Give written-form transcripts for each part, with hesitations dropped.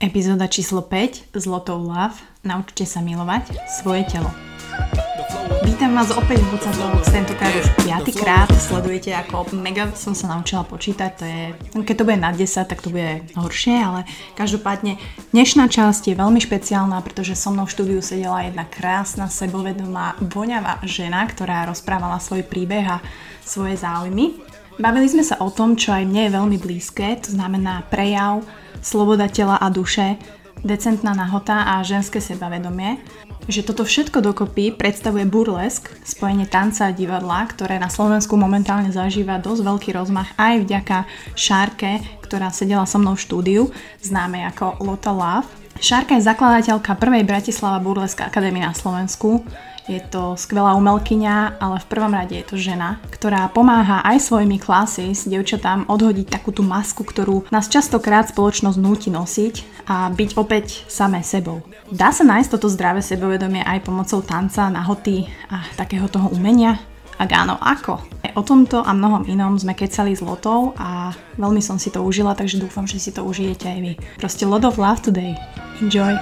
Epizóda číslo 5 s Lotou Love. Naučte sa milovať svoje telo. Vítam vás opäť v Bucatovs, tentokrát už 5. krát. Sledujete, ako mega som sa naučila počítať. To je, keď to bude na 10, tak to bude horšie, ale každopádne dnešná časť je veľmi špeciálna, pretože so mnou v štúdiu sedela jedna krásna, sebovedomá, voňavá žena, ktorá rozprávala svoj príbeh a svoje záujmy. Bavili sme sa o tom, čo aj mne je veľmi blízke, to znamená prejav, sloboda tela a duše, decentná nahota a ženské sebavedomie. Že toto všetko dokopy predstavuje burlesk, spojenie tanca a divadla, ktoré na Slovensku momentálne zažíva dosť veľký rozmach aj vďaka Šárke, ktorá sedela so mnou v štúdiu, známej ako Lota Love. Šárka je zakladateľka prvej Bratislava Burlesk Akadémie na Slovensku. Je to skvelá umelkyňa, ale v prvom rade je to žena, ktorá pomáha aj svojimi classes dievčatám odhodiť takú tú masku, ktorú nás častokrát spoločnosť núti nosiť a byť opäť samé sebou. Dá sa nájsť toto zdravé sebavedomie aj pomocou tanca, nahoty a takého toho umenia? Ak áno, ako? O tomto a mnohom inom sme kecali s Lotou a veľmi som si to užila, takže dúfam, že si to užijete aj vy. Proste lot of love today. Enjoy!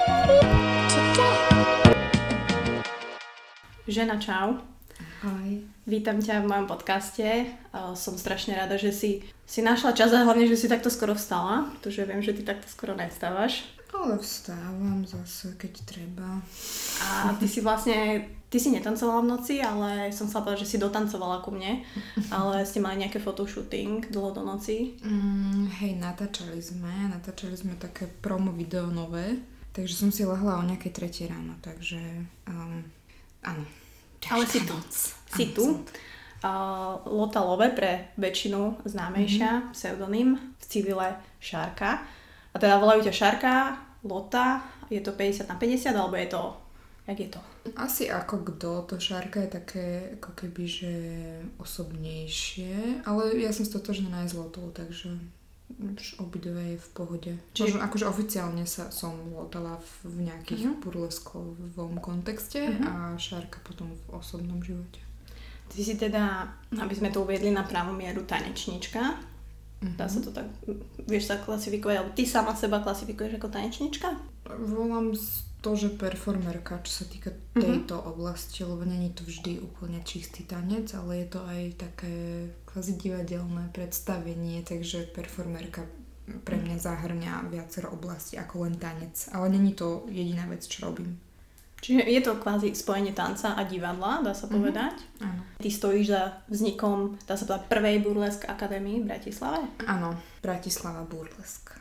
Žena, čau. Ahoj. Vítam ťa v mojom podcaste. Som strašne rada, že si našla čas a hlavne, že si takto skoro vstala, pretože viem, že ty takto skoro nevstávaš. Ale vstávam zase, keď treba. A ty si netancovala v noci, ale som chcela povedať, že si dotancovala ku mne, ale ste mali nejaké photoshooting dlho do noci. Hej, natáčali sme také promo video nové, takže som si lahla o nejakej 3 ráno, takže áno. Ale si tu. Si tu. Lota Love pre väčšinu známejšia, pseudonym, v civile Šárka. A teda volajú ťa Šárka, Lota, je to 50/50, alebo je to, jak je to? Asi ako kto, to Šárka je také ako keby, že osobnejšie, ale ja som stotožnená aj s Lotou, takže už obidve je v pohode. Čiže akože oficiálne som lotala v nejakých burleskovom kontexte a Šárka potom v osobnom živote. Ty si teda, aby sme to uviedli na pravú mieru, tanečnička. Dá sa to tak, vieš sa klasifikovať, alebo ty sama seba klasifikuješ ako tanečnička? Volám to, že performerka, čo sa týka tejto oblasti, lebo není to vždy úplne čistý tanec, ale je to aj také kvázi divadelné predstavenie, takže performerka pre mňa zahrňa viacero oblastí ako len tanec, ale není to jediná vec, čo robím. Čiže je to kvázi spojenie tanca a divadla, dá sa povedať? Áno. Ty stojíš za vznikom, dá sa povedať, prvej Burlesk Akadémie v Bratislave? Áno, Bratislava Burlesk.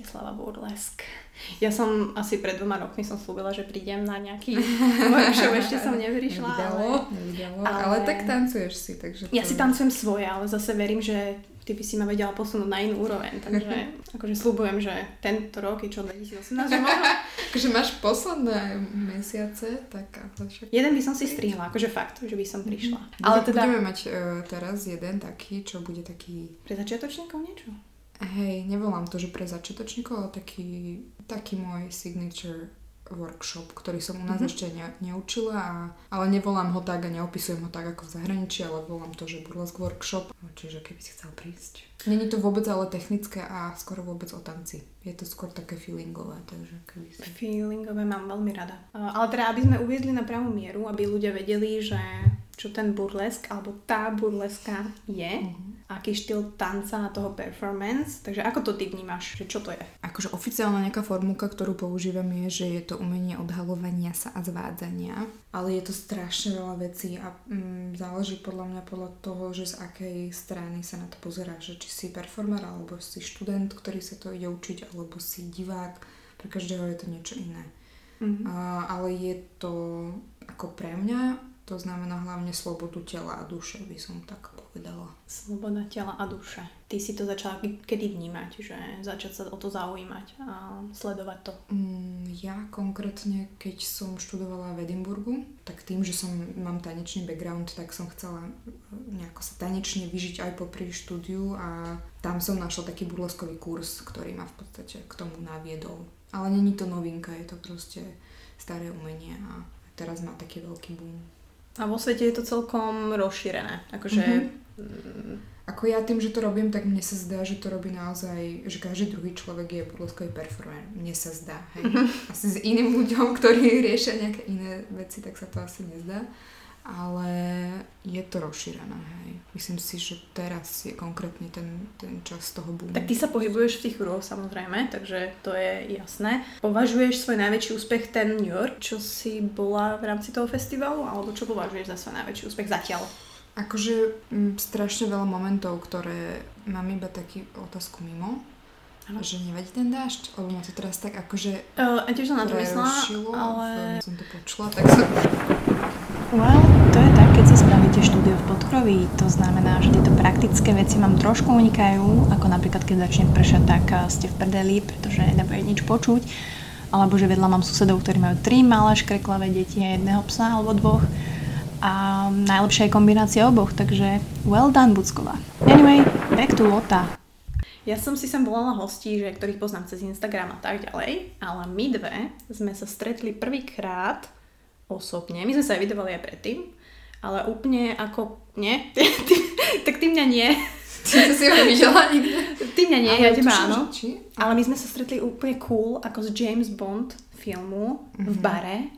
Ja som asi pred 2 rokmi som slúbila, že prídem na nejaký workshop, ešte som nevyšla. Nevydalo, ale tak tancuješ si, takže... Ja si tancujem svoje, ale zase verím, že ty by si ma vedela posunúť na inú úroveň, takže akože slúbujem, že tento rok je čo 2018, že možno... Akože máš posledné mesiace, tak ale však... Jeden by som si strihla, akože fakt, že by som prišla. Ale teda... Budeme mať teraz jeden taký, čo bude taký... Pre začiatočníkov niečo? Hej, nevolám to, že pre začiatočníkov, ale taký môj signature workshop, ktorý som u nás ešte neučila, ale nevolám ho tak a neopisujem ho tak ako v zahraničí, ale volám to, že burlesk workshop, čiže keby si chcel prísť. Není to vôbec ale technické a skoro vôbec o tanci. Je to skôr také feelingové, takže keby si... Feelingové mám veľmi rada. Ale teda, aby sme uviedli na pravú mieru, aby ľudia vedeli, že čo ten burlesk alebo tá burleska je, aký štýl tanca a toho performance, takže ako to ty vnímaš, že čo to je? Akože oficiálna nejaká formulka, ktorú používam je, že je to umenie odhalovania sa a zvádzania, ale je to strašne veľa vecí a záleží podľa toho, že z akej strany sa na to pozerá, že či si performer, alebo si študent, ktorý sa to ide učiť, alebo si divák, pre každého je to niečo iné. Ale je to ako pre mňa, to znamená hlavne slobodu tela a duše, by som tak povedala. Sloboda tela a duše. Ty si to začala kedy vnímať, že začať sa o to zaujímať a sledovať to? Ja konkrétne, keď som študovala v Edinburgu, tak tým, že mám tanečný background, tak som chcela nejako sa tanečne vyžiť aj popri štúdiu a tam som našla taký burleskový kurz, ktorý ma v podstate k tomu naviedol. Ale není to novinka, je to proste staré umenie a teraz má taký veľký boom. A vo svete je to celkom rozšírené. Akože Ako ja tým, že to robím, tak mne sa zdá, že to robí naozaj, že každý druhý človek je burleskový performer. Mne sa zdá, hej. Asi s iným ľuďom, ktorí riešia nejaké iné veci, tak sa to asi nezdá. Ale je to rozšírené, hej. Myslím si, že teraz je konkrétne ten čas toho boomu. Tak ty sa pohybuješ v tých kruhoch samozrejme, takže to je jasné. Považuješ svoj najväčší úspech ten New York, čo si bola v rámci toho festivalu, alebo čo považuješ za svoj najväčší úspech zatiaľ? Akože strašne veľa momentov, ktoré mám iba taký otázku mimo. Ano. Že nevadí ten dážď, lebo ma to teraz tak akože tiež som na to myslela, ale... som to počula, tak som... Well, to je tak, keď si spravíte štúdio v podkroví, to znamená, že tieto praktické veci vám trošku unikajú, ako napríklad keď začne pršať, tak ste v prdeli, pretože nebude nič počuť, alebo že vedľa mám susedov, ktorí majú 3 malé škreklavé deti a jedného psa alebo 2. A najlepšia je kombinácia oboch, takže well done, Bucková. Anyway, back to Lota. Ja som si sem volala hostí, že ktorých poznám cez Instagram a tak ďalej, ale my dve sme sa stretli prvýkrát osobne. My sme sa aj vidovali aj predtým, ale úplne ako... Nie? Tak ty mňa nie. Ty si ho videla nikde? Ty mňa nie, ja teba áno. Či? Ale my sme sa stretli úplne cool, ako z James Bond filmu v bare.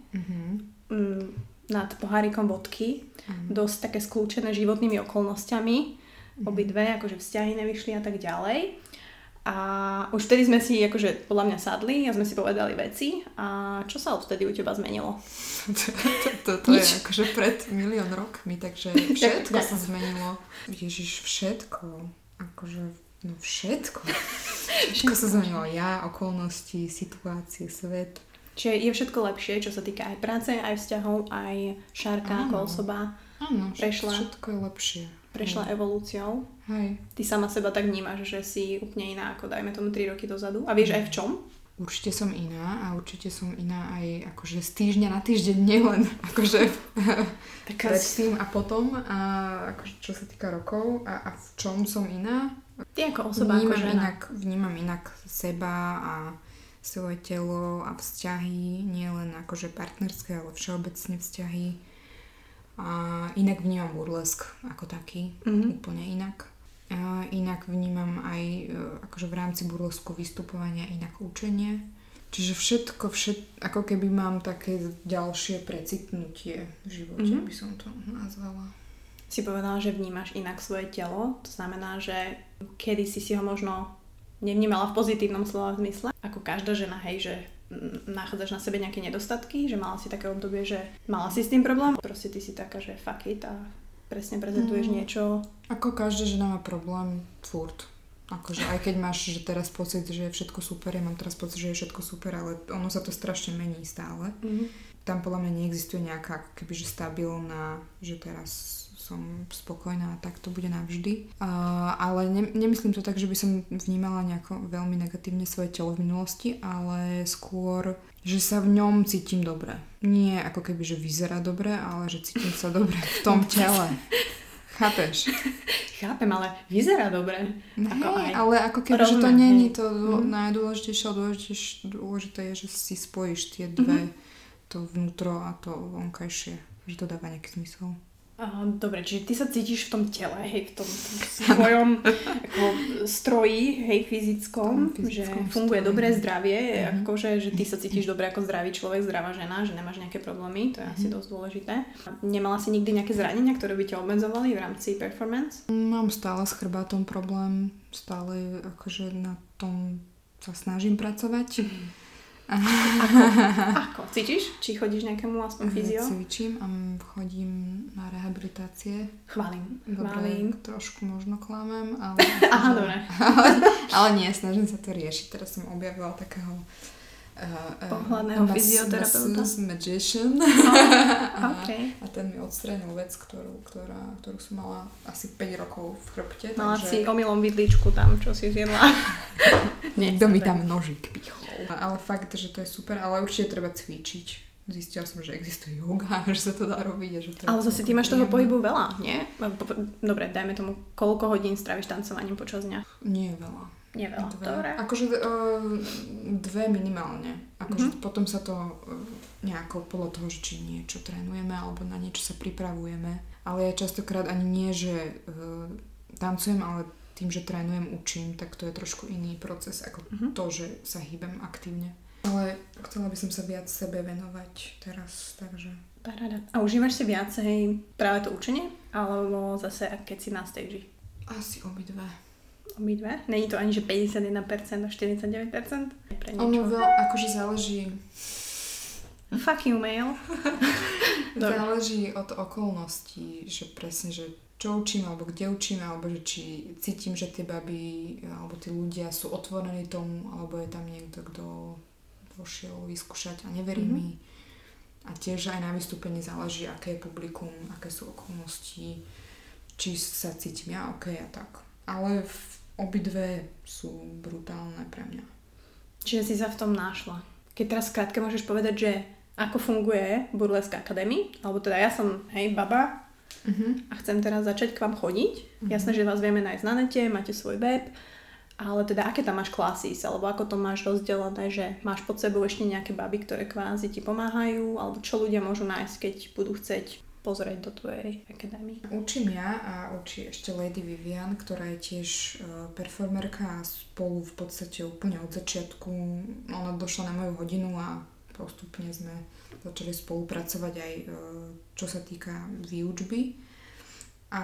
Nad pohárikom vodky, dosť také skľúčené životnými okolnostiami, obidve, akože vzťahy nevyšli a tak ďalej. A už vtedy sme si akože podľa mňa sadli a sme si povedali veci. A čo sa odtedy u teba zmenilo? To je akože pred 1 000 000 rokmi, takže všetko sa zmenilo. Ježiš, všetko. Akože, no všetko. Všetko sa zmenilo. Ja, okolnosti, situácie, svet. Čiže je všetko lepšie, čo sa týka aj práce, aj vzťahov, aj Šárka ako osoba. Áno, všetko je lepšie. Prešla evolúciou. Hej. Ty sama seba tak vnímaš, že si úplne iná ako dajme tomu 3 roky dozadu. A vieš aj v čom? Určite som iná a určite som iná aj akože z týždňa na týždeň, nielen akože predtým a potom. A akože čo sa týka rokov a v čom som iná? Ty ako osoba, ako žena. Vnímam inak seba a svoje telo a vzťahy, nie len akože partnerské, ale všeobecne vzťahy. A inak vnímam burlesk ako taký, úplne inak. A inak vnímam aj akože v rámci burlesku vystupovania inak učenie. Čiže všetko, ako keby mám také ďalšie precitnutie v živote, by som to nazvala. Si povedala, že vnímaš inak svoje telo, to znamená, že kedy si ho možno nevnímala v pozitívnom slova zmysle. Ako každá žena, hej, že nachádzaš na sebe nejaké nedostatky, že mala si také obdobie, že mala si s tým problém. Proste ty si taká, že fuck it a presne prezentuješ niečo. Ako každá žena má problém furt. Akože aj keď máš že teraz pocit, že je všetko super, ja mám teraz pocit, že je všetko super, ale ono sa to strašne mení stále. Tam podľa mňa neexistuje nejaká ako kebyže stabilná, že teraz som spokojná a tak to bude navždy. Ale nemyslím to tak, že by som vnímala nejako veľmi negatívne svoje telo v minulosti, ale skôr, že sa v ňom cítim dobre. Nie ako keby, že vyzerá dobre, ale že cítim sa dobre v tom tele. Chápeš? Chápem, ale vyzerá dobre. Hej, ale ako keby, že to není to najdôležitejšie, ale dôležité je, že si spojíš tie dve, to vnútro a to vonkajšie, že to dáva nejaký zmysel. Dobre, čiže ty sa cítiš v tom tele, hej, v tom svojom ako stroji, hej, fyzickom, že funguje dobre zdravie, akože, že ty sa cítiš dobre ako zdravý človek, zdravá žena, že nemáš nejaké problémy, to je asi dosť dôležité. Nemala si nikdy nejaké zranenia, ktoré by ťa obmedzovali v rámci performance? Mám stále s chrbátom problém, stále akože na tom sa snažím pracovať. Ako? Cítiš? Či chodíš nejakému aspoň fyzio? Cvičím a chodím na rehabilitácie. Chválim. Dobre, trošku možno klamem, ale... Aha, dobre. ale nie, snažím sa to riešiť. Teraz som objavila takého pohľadného fyzioterapeuta. Magician. Okay. A ten mi odstránil vec, ktorú som mala asi 5 rokov v chrbte. Mala si omylom vidličku tam, čo si zjedla. Niekto mi tam nožík pichol. Ale fakt, že to je super, ale určite treba cvičiť. Zistila som, že existuje yoga, že sa to dá robiť. Že to ale zase ty máš toho pohybu veľa, nie? Dobre, dajme tomu, koľko hodín stráviš tancovaním počas dňa? Nie veľa. Nie veľa, dobre. Akože 2 minimálne. Akože potom sa to nejako podľa toho, že či niečo trénujeme alebo na niečo sa pripravujeme. Ale ja častokrát ani nie, že tancujem, ale tým, že trénujem, učím, tak to je trošku iný proces ako to, že sa hýbem aktívne. Ale chcela by som sa viac sebe venovať teraz, takže... Paráda. A užívaš si viacej práve to učenie? Alebo zase, keď si na stage? Asi obidve. Obidve? Není to ani, že 51% a 49%? Ono akože záleží... Fuck you, mail. Záleží od okolností, že presne, že čo učím, alebo kde učím, alebo že či cítim, že tie baby, alebo tí ľudia sú otvorení tomu, alebo je tam niekto, kto vošiel vyskúšať a neverí mi. A tiež aj na vystúpení záleží, aké je publikum, aké sú okolnosti, či sa cítim ja OK a tak. Ale obidve sú brutálne pre mňa. Čiže si sa v tom našla. Keď teraz krátke môžeš povedať, že ako funguje Burlesque Academy, alebo teda ja som, baba, a chcem teraz začať k vám chodiť. Jasné, že vás vieme nájsť na nete, máte svoj web, ale teda aké tam máš classes, alebo ako to máš rozdelené, že máš pod sebou ešte nejaké baby, ktoré kvázi ti pomáhajú, alebo čo ľudia môžu nájsť, keď budú chcieť pozrieť do tvojej akadémie. Učím ja a učí ešte Lady Vivian, ktorá je tiež performerka a spolu v podstate úplne od začiatku ona došla na moju hodinu a postupne sme začali spolupracovať aj čo sa týka výučby. A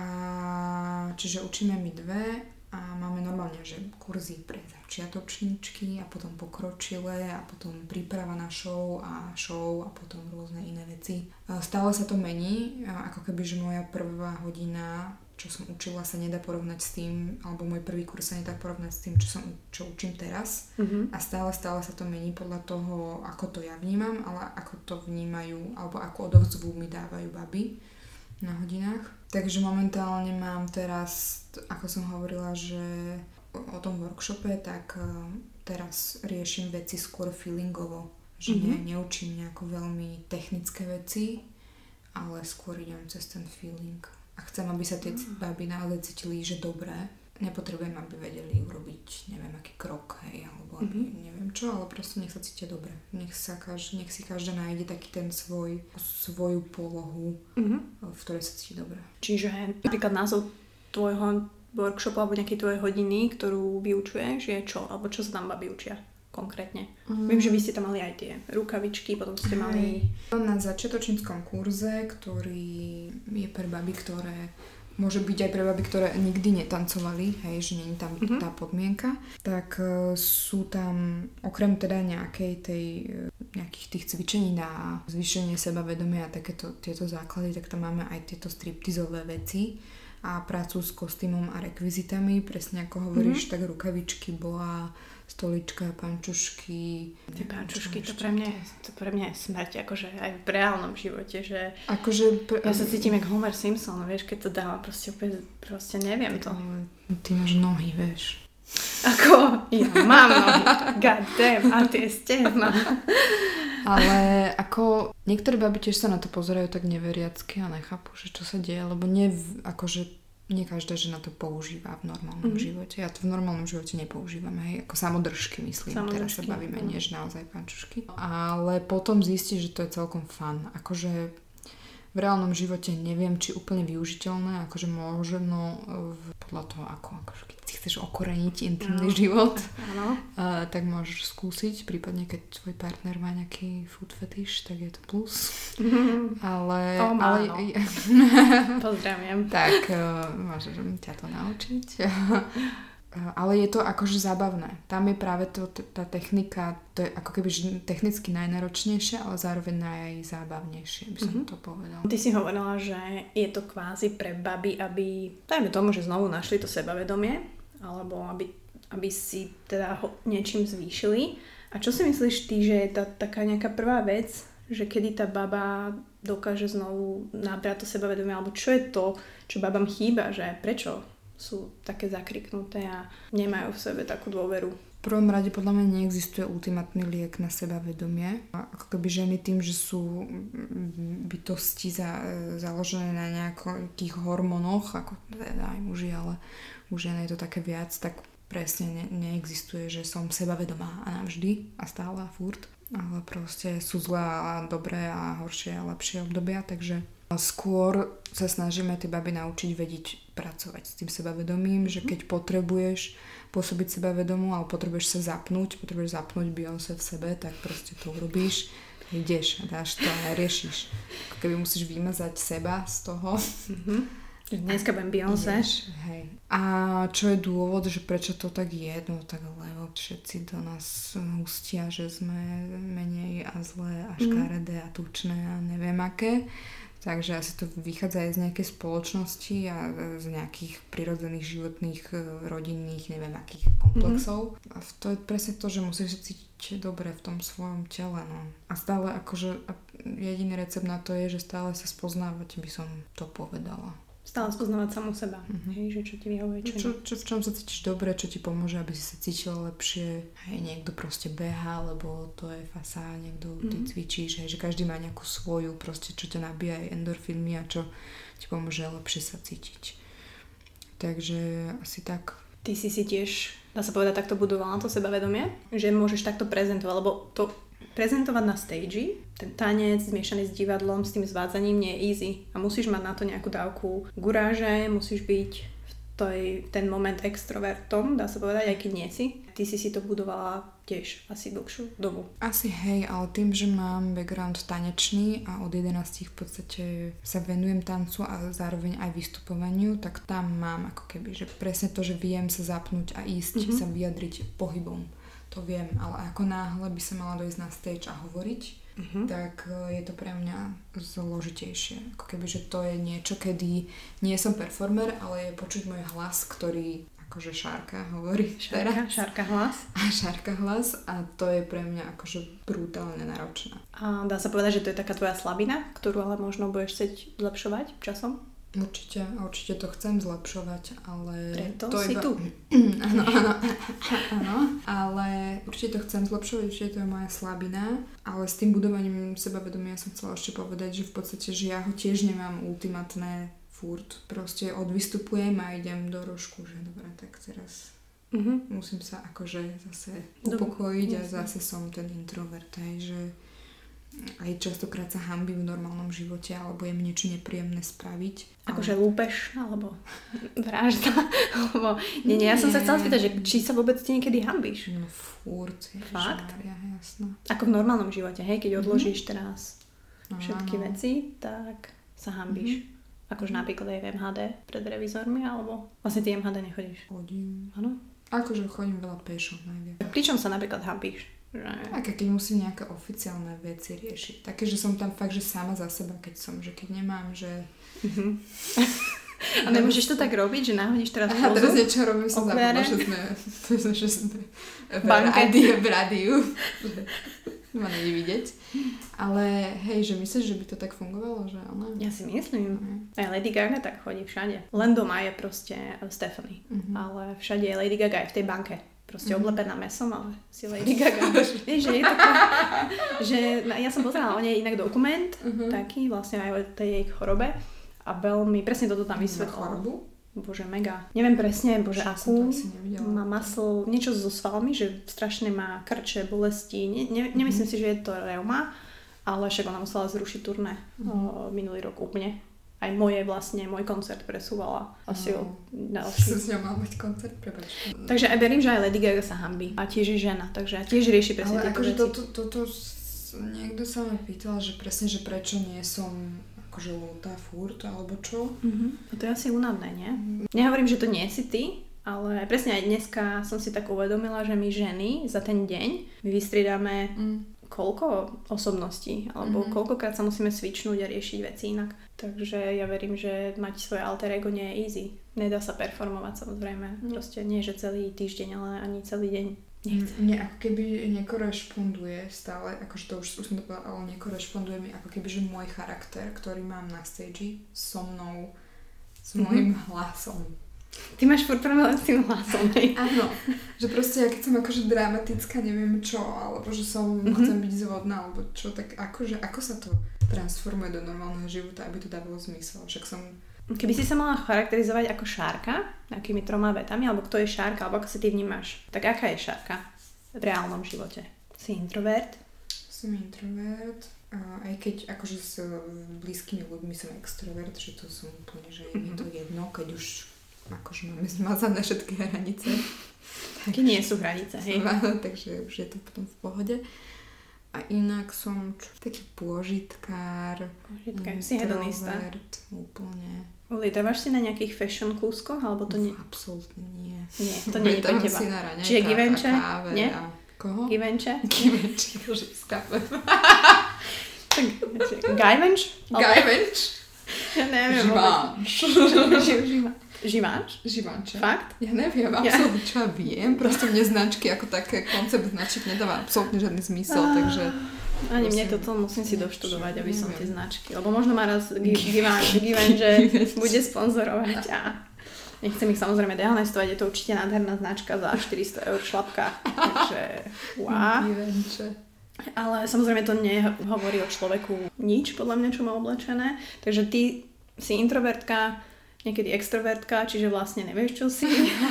čiže učíme my dve a máme normálne, že kurzy pre začiatočníčky a potom pokročilé a potom príprava na show a potom rôzne iné veci. Stále sa to mení, ako keby, že moja prvá hodina, čo som učila, sa nedá porovnať s tým, alebo môj prvý kurz sa nedá porovnať s tým, čo učím teraz. A stále sa to mení podľa toho, ako to ja vnímam, ale ako to vnímajú, alebo ako odovzvu mi dávajú baby na hodinách. Takže momentálne mám teraz, ako som hovorila, že o tom workshope, tak teraz riešim veci skôr feelingovo. Že neučím nejako veľmi technické veci, ale skôr idem cez ten feeling. A chcem, aby sa tie baby naozaj cítili, že dobré. Nepotrebujem, aby vedeli urobiť neviem aký krok, alebo neviem čo, ale proste nech sa cítia dobre. Nech si každá nájde taký ten svoju polohu, v ktorej sa cíti dobre. Čiže napríklad názov tvojho workshopu alebo nejakej tvojej hodiny, ktorú vyučuješ, je čo? Alebo čo sa tam baby učia konkrétne? Viem, že vy ste tam mali aj tie rukavičky, potom ste mali... Na začiatočníckom kurze, ktorý je pre baby, ktoré... Môže byť aj pre baby, ktoré nikdy netancovali, že nie je tam tá podmienka, tak sú tam, okrem teda nejakých tých cvičení na zvýšenie sebavedomia a tieto základy, tak tam máme aj tieto striptizové veci a prácu s kostýmom a rekvizitami, presne ako hovoríš, tak rukavičky, boa, stolička, pančušky. Tie pančušky, to pre mňa je smrť, akože aj v reálnom živote, že ja sa cítim jak Homer Simpson, vieš, keď to dáva, proste neviem to. Ty máš nohy, vieš. Ako? Ja mám nohy. God damn, a tie ste ma. Ale ako niektorí baby tiež sa na to pozerajú tak neveriacky a nechápu, že čo sa deje, lebo nie každá žena to používa v normálnom živote. Ja to v normálnom živote nepoužívam, ako samodržky myslím. Teraz sa bavíme, než naozaj pančušky. Ale potom zistíš, že to je celkom fun. Akože v reálnom živote neviem, či úplne využiteľné, akože možno podľa toho, akože keď si chceš okoreniť intimný život, tak môžeš skúsiť, prípadne keď tvoj partner má nejaký food fetish, tak je to plus. Ale pozdravím. Tak môžem ťa to naučiť. Ale je to akože zábavné. Tam je práve tá technika, to je ako keby technicky najnáročnejšie, ale zároveň najzábavnejšie, by som to povedala. Ty si hovorila, že je to kvázi pre baby, aby, dajme tomu, že znovu našli to sebavedomie, alebo aby si teda niečím zvýšili. A čo si myslíš ty, že je taká nejaká prvá vec, že kedy tá baba dokáže znovu nabrať to sebavedomie, alebo čo je to, čo babám chýba, že prečo sú také zakriknuté a nemajú v sebe takú dôveru? V prvom rade podľa mňa neexistuje ultimátny liek na sebavedomie. Ako keby ženy tým, že sú bytosti založené na nejakých hormónoch, ako teda aj muži, ale u žien je to také viac, tak presne neexistuje, že som sebavedomá a navždy a stále a furt. ale proste sú zlé a dobré a horšie a lepšie obdobia, takže skôr sa snažíme tie baby naučiť vedieť pracovať s tým sebavedomím, že keď potrebuješ pôsobiť sebavedomu, ale potrebuješ zapnúť Beyoncé v sebe, tak proste to urobíš, ideš a dáš to a riešiš. Ako keby musíš vymazať seba z toho. Dneska budem Beyoncé. Hej. A čo je dôvod, že prečo to tak je? No tak lebo všetci do nás hustia, že sme menej a zlé a škaredé a tučné a neviem aké. Takže asi to vychádza aj z nejakej spoločnosti a z nejakých prirodzených životných, rodinných, neviem akých komplexov. A to je presne to, že musíš sa cítiť dobre v tom svojom tele. No. A stále akože jediný recept na to je, že stále sa spoznávať, by som to povedala. Stále spoznávať samú seba. Hej, že čo ti vyhovuje, v čom sa cítiš dobre, čo ti pomôže, aby si sa cítila lepšie. Hej, niekto proste behá, lebo to je fasa, niekto ty cvičíš, hej, že každý má nejakú svoju, proste čo ťa nabíja aj endorfínmi a čo ti pomôže lepšie sa cítiť. Takže asi tak. Ty si tiež, dá sa povedať, takto budovala to sebavedomie, že môžeš takto prezentovať, lebo to prezentovať na stage, ten tanec zmiešaný s divadlom, s tým zvádzaním nie je easy a musíš mať na to nejakú dávku guráže, musíš byť ten moment extrovertom, dá sa povedať, aj keď nie si. Ty si to budovala tiež asi dlhšiu dobu. Asi hej, ale tým, že mám background tanečný a od 11 v podstate sa venujem tancu a zároveň aj vystupovaniu, tak tam mám ako keby, že presne to, že viem sa zapnúť a ísť sa vyjadriť pohybom. To viem, ale ako náhle by sa mala dojsť na stage a hovoriť, tak je to pre mňa zložitejšie. Ako keby, že to je niečo, kedy nie som performer, ale je počuť môj hlas, ktorý akože šárka hovorí teraz. Šárka hlas. A šárka hlas a to je pre mňa akože brutálne náročné. A dá sa povedať, že to je taká tvoja slabina, ktorú ale možno budeš chcieť zlepšovať časom? Určite to chcem zlepšovať, ale... Preto to si iba... tu. Áno, ale určite to chcem zlepšovať, určite to je moja slabina, ale s tým budovaním sebavedomia som chcela ešte povedať, že v podstate, že ja ho tiež nemám ultimátne furt. Proste odvystupujem a idem do rožku, že dobre, tak teraz musím sa akože zase upokojiť a zase som ten introvert, hej, že aj častokrát sa hanbím v normálnom živote alebo je mi niečo nepríjemné spraviť. Akože lúpeš alebo vražda. Alebo... Nie, ja som sa chcela spýtať, že či sa vôbec ty niekedy hanbíš? No furt. Fakt? Ja, jasno. Ako v normálnom živote, hej? Keď odložíš teraz všetky veci, tak sa hanbíš. Akože napríklad aj v MHD pred revizormi, alebo vlastne ty MHD nechodíš? Chodím. Áno? Akože chodím veľa pešo najviac. Pričom sa napríklad hanbíš? Také, keď musím nejaké oficiálne veci riešiť. Také, že som tam fakt, že sama za seba, keď nemám, že... A nemôžeš to tak robiť, že náhodíš teraz pozu? Teraz niečo robím, som zabudla, že sme v rádiu. Ma není vidieť. Ale hej, že myslíš, že by to tak fungovalo? Že áno? Ja si myslím. Aj Lady Gaga tak chodí všade. Len doma je proste Stephanie. Ale všade je Lady Gaga aj v tej banke. Proste oblepená mesom, ale si Lady Gaga. Vieš, že je taká, že ja som pozerala o nej inak dokument, taký vlastne aj o tej jej chorobe a veľmi, presne toto tam vysvetlila. Bože, mega. Neviem presne, akú. Má muscle, niečo so svalmi, že strašne má krče, bolesti. Nemyslím si, že je to reuma, ale však ona musela zrušiť turné minulý rok úplne. Aj môj koncert presúvala asi o ďalší. Som s ňou mal mať koncert, prepáč. Takže aj verím, že aj Lady Gaga sa hanbí. A tiež je žena, takže tiež rieši presne tieto veci. Ale akože toto niekto sa ma pýtal, že presne, že prečo nie som akože lúta furt, alebo čo? A to je asi únavné, nie? Nehovorím, že to nie si ty, ale presne aj dneska som si tak uvedomila, že my ženy za ten deň my vystriedame koľko osobností, alebo koľkokrát sa musíme switchnúť a riešiť veci inak. Takže ja verím, že mať svoje alter ego nie je easy. Nedá sa performovať samozrejme. Proste nie, že celý týždeň, ale ani celý deň nechce. Mne ako keby nekorešponduje stále, akože to už som to povedala, ale nekorešponduje mi ako keby, že môj charakter, ktorý mám na stage so mnou, s mojím hlasom. Ty máš furt problém s tým hlasom, hej? Áno, že proste ja keď som akože dramatická, neviem čo, alebo že som chcem byť zvodná, alebo čo, tak akože, ako sa to transformuje do normálneho života, aby to dávalo zmysel, však som... Keby si sa mala charakterizovať ako šárka, nejakými 3 vetami, alebo kto je šárka, alebo ako si ty vnímaš, tak aká je šárka v reálnom živote? Si introvert? Som introvert, aj keď akože s blízkymi ľuďmi som extrovert, že to som úplne, že je mi to jedno, keď už akože máme zmazané všetky hranice. Keď nie sú hranice, hej. Takže už je to potom v pohode. A inak som taký pôžitkár, si hedonista. Úplne. Lietováš si na nejakých fashion kúskoch, alebo to nie? Absolútne nie. Nie, to nie je pre teba. Si na raňajkách čiže Givenchy? Nie? Koho? Givenchy? Givenchy, to že skápem. Givenchy? Givenchy? Ja neviem. Givenchy. Fakt? Ja neviem, absolútne čo ja viem. Proste mne značky ako také koncept značiek nedáva absolútne žiadny zmysel, takže... Ani mne toto musím si doštudovať, aby som tie značky. Lebo možno ma raz Givenchy bude sponzorovať a nechcem ich samozrejme dehonestovať, je to určite nádherná značka za 400 € šlapka. Takže wow. Ale samozrejme to nehovorí o človeku nič, podľa mňa, čo má oblečené. Takže ty si introvertka, niekedy extrovertka, čiže vlastne nevieš, čo si.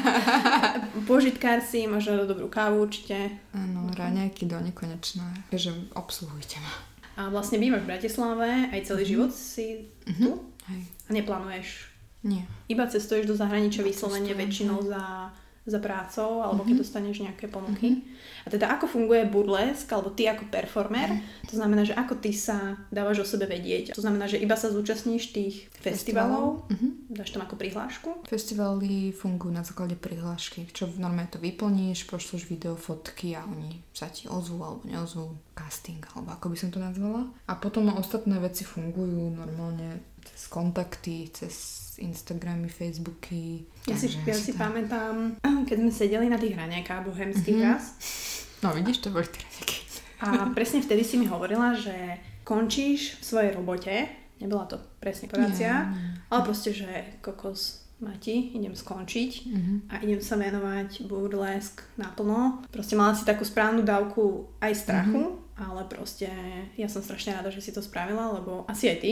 Požitkár si, máš rada dobrú kávu určite. Áno, raňajky do nekonečná. Takže obsluhujte ma. A vlastne bývaš v Bratislave, aj celý život si tu? Hej. A neplánuješ? Nie. Iba cestuješ do zahraničia vyslovene väčšinou za prácou, alebo keď dostaneš nejaké ponuky. A teda ako funguje burlesk, alebo ty ako performer, to znamená, že ako ty sa dávaš o sebe vedieť. To znamená, že iba sa zúčastníš tých festivalov, dáš tam ako prihlášku. Festivaly fungujú na základe prihlášky, čo normálne to vyplníš, pošleš video, fotky a oni sa ti ozvú alebo neozvú, casting, alebo ako by som to nazvala. A potom ostatné veci fungujú normálne cez kontakty, cez Instagramy, Facebooky. Ja si pamätám, keď sme sedeli na tých hraňajkách bohemských raz. No vidíš, to boli tie hraňajky. A presne vtedy si mi hovorila, že končíš v svojej robote, nebola to presne porácia, ale proste, že kokos Mati, idem skončiť a idem sa venovať burlesk naplno. Proste mala si takú správnu dávku aj strachu, ale proste ja som strašne rada, že si to spravila, lebo asi aj ty.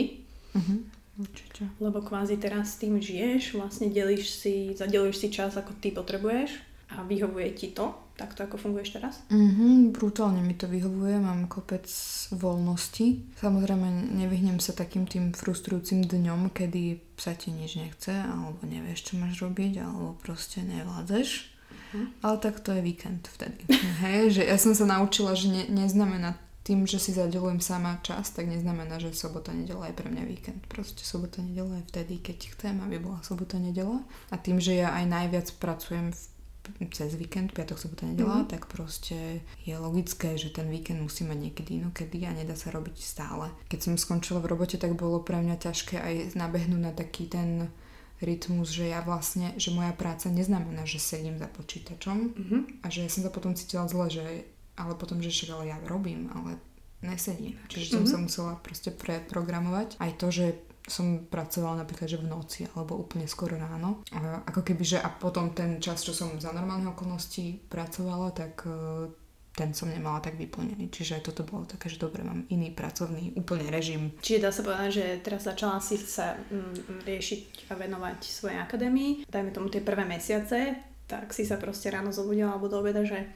Určite. Lebo kvázi teraz s tým žiješ, vlastne zadeluješ si čas, ako ty potrebuješ a vyhovuje ti to, takto ako funguješ teraz? Brutálne mi to vyhovuje, mám kopec voľnosti. Samozrejme nevyhnem sa takým tým frustrujúcim dňom, kedy sa ti nič nechce, alebo nevieš, čo máš robiť, alebo proste nevládzeš. Ale tak to je víkend vtedy. Hej, že ja som sa naučila, že neznamená tým, že si zadelujem sama čas, tak neznamená, že sobota, nedeľa je pre mňa víkend. Proste sobota, nedeľa je vtedy, keď chcem, aby bola sobota, nedeľa. A tým, že ja aj najviac pracujem cez víkend, piatok, sobota, nedeľa, tak proste je logické, že ten víkend musí mať niekedy inokedy a nedá sa robiť stále. Keď som skončila v robote, tak bolo pre mňa ťažké aj nabehnúť na taký ten rytmus, že ja vlastne, že moja práca neznamená, že sedím za počítačom a že ja som sa potom cítila zle, že ale potom, že však ale ja robím, ale nesedím. Čiže som sa musela proste preprogramovať. Aj to, že som pracovala napríklad, že v noci alebo úplne skoro ráno. Ako keby, že a potom ten čas, čo som za normálnych okolností pracovala, tak ten som nemala tak vyplnený. Čiže toto bolo také, že dobre, mám iný pracovný úplne režim. Čiže dá sa povedať, že teraz začala si sa riešiť a venovať svojej akadémii. Dajme tomu tie prvé mesiace, tak si sa proste ráno zobudila alebo do obeda, že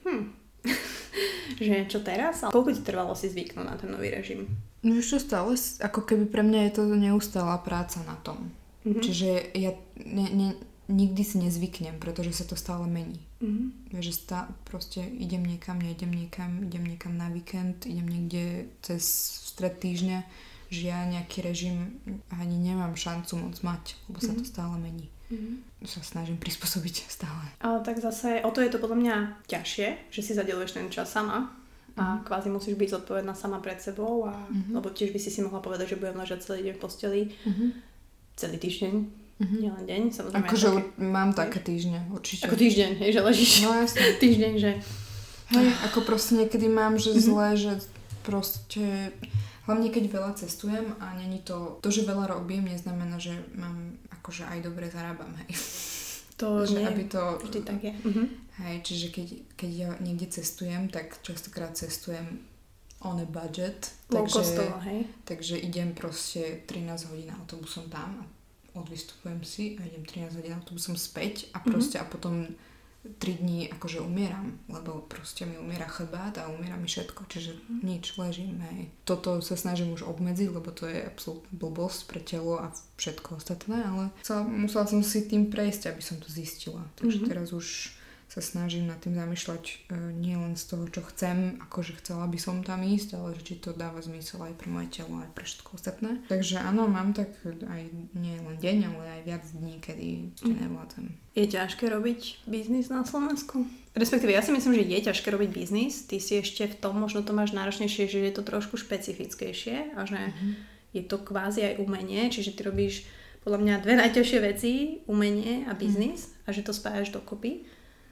že čo teraz? Ale koľko ti trvalo si zvyknúť na ten nový režim? No ešte stále, ako keby pre mňa je to neustála práca na tom. Čiže ja nikdy si nezvyknem, pretože sa to stále mení. Že proste idem niekam, neidem niekam, idem niekam na víkend, idem niekde cez stred týždňa, že ja nejaký režim ani nemám šancu moc mať, lebo sa to stále mení. Sa snažím prispôsobiť stále. Ale tak zase o to je to podľa mňa ťažšie, že si zadeluješ ten čas sama a kvázi musíš byť zodpovedná sama pred sebou a lebo tiež by si mohla povedať, že budem ležať celý deň v posteli, celý týždeň, nielen deň. Samozrejme, akože mám také týždne, určite. Ako týždeň, hej, že ležíš. No jasne. Týždeň, že... Hej, ako proste niekedy mám, že zle, že proste... Hlavne keď veľa cestujem a není to, že veľa robím, neznamená, že mám akože aj dobre zarábam, hej. To že nie, aby to, vždy tak je. Hej, čiže keď ja niekde cestujem, tak častokrát cestujem on a budget. Low costovo, hej. Takže idem proste 13 hodín autobusom tam a odvystupujem si a idem 13 hodín autobusom späť a proste a potom 3 dní akože umieram, lebo proste mi umiera chrbát a umiera mi všetko, čiže nič, ležím, hej. Toto sa snažím už obmedziť, lebo to je absolútna blbosť pre telo a všetko ostatné, ale musela som si tým prejsť, aby som to zistila. Takže teraz už sa snažím nad tým zamýšľať nie len z toho, čo chcem, akože chcela by som tam ísť, ale či to dáva zmysel aj pre moje telo, aj pre všetko ostatné. Takže áno, mám tak aj nie len deň, ale aj viac dní, kedy nevládzem. Je ťažké robiť biznis na Slovensku? Respektíve, ja si myslím, že je ťažké robiť biznis. Ty si ešte v tom, možno to máš náročnejšie, že je to trošku špecifickejšie a že je to kvázi aj umenie, čiže ty robíš podľa mňa dve najťažšie veci, umenie a biznis a že to spájaš dokopy.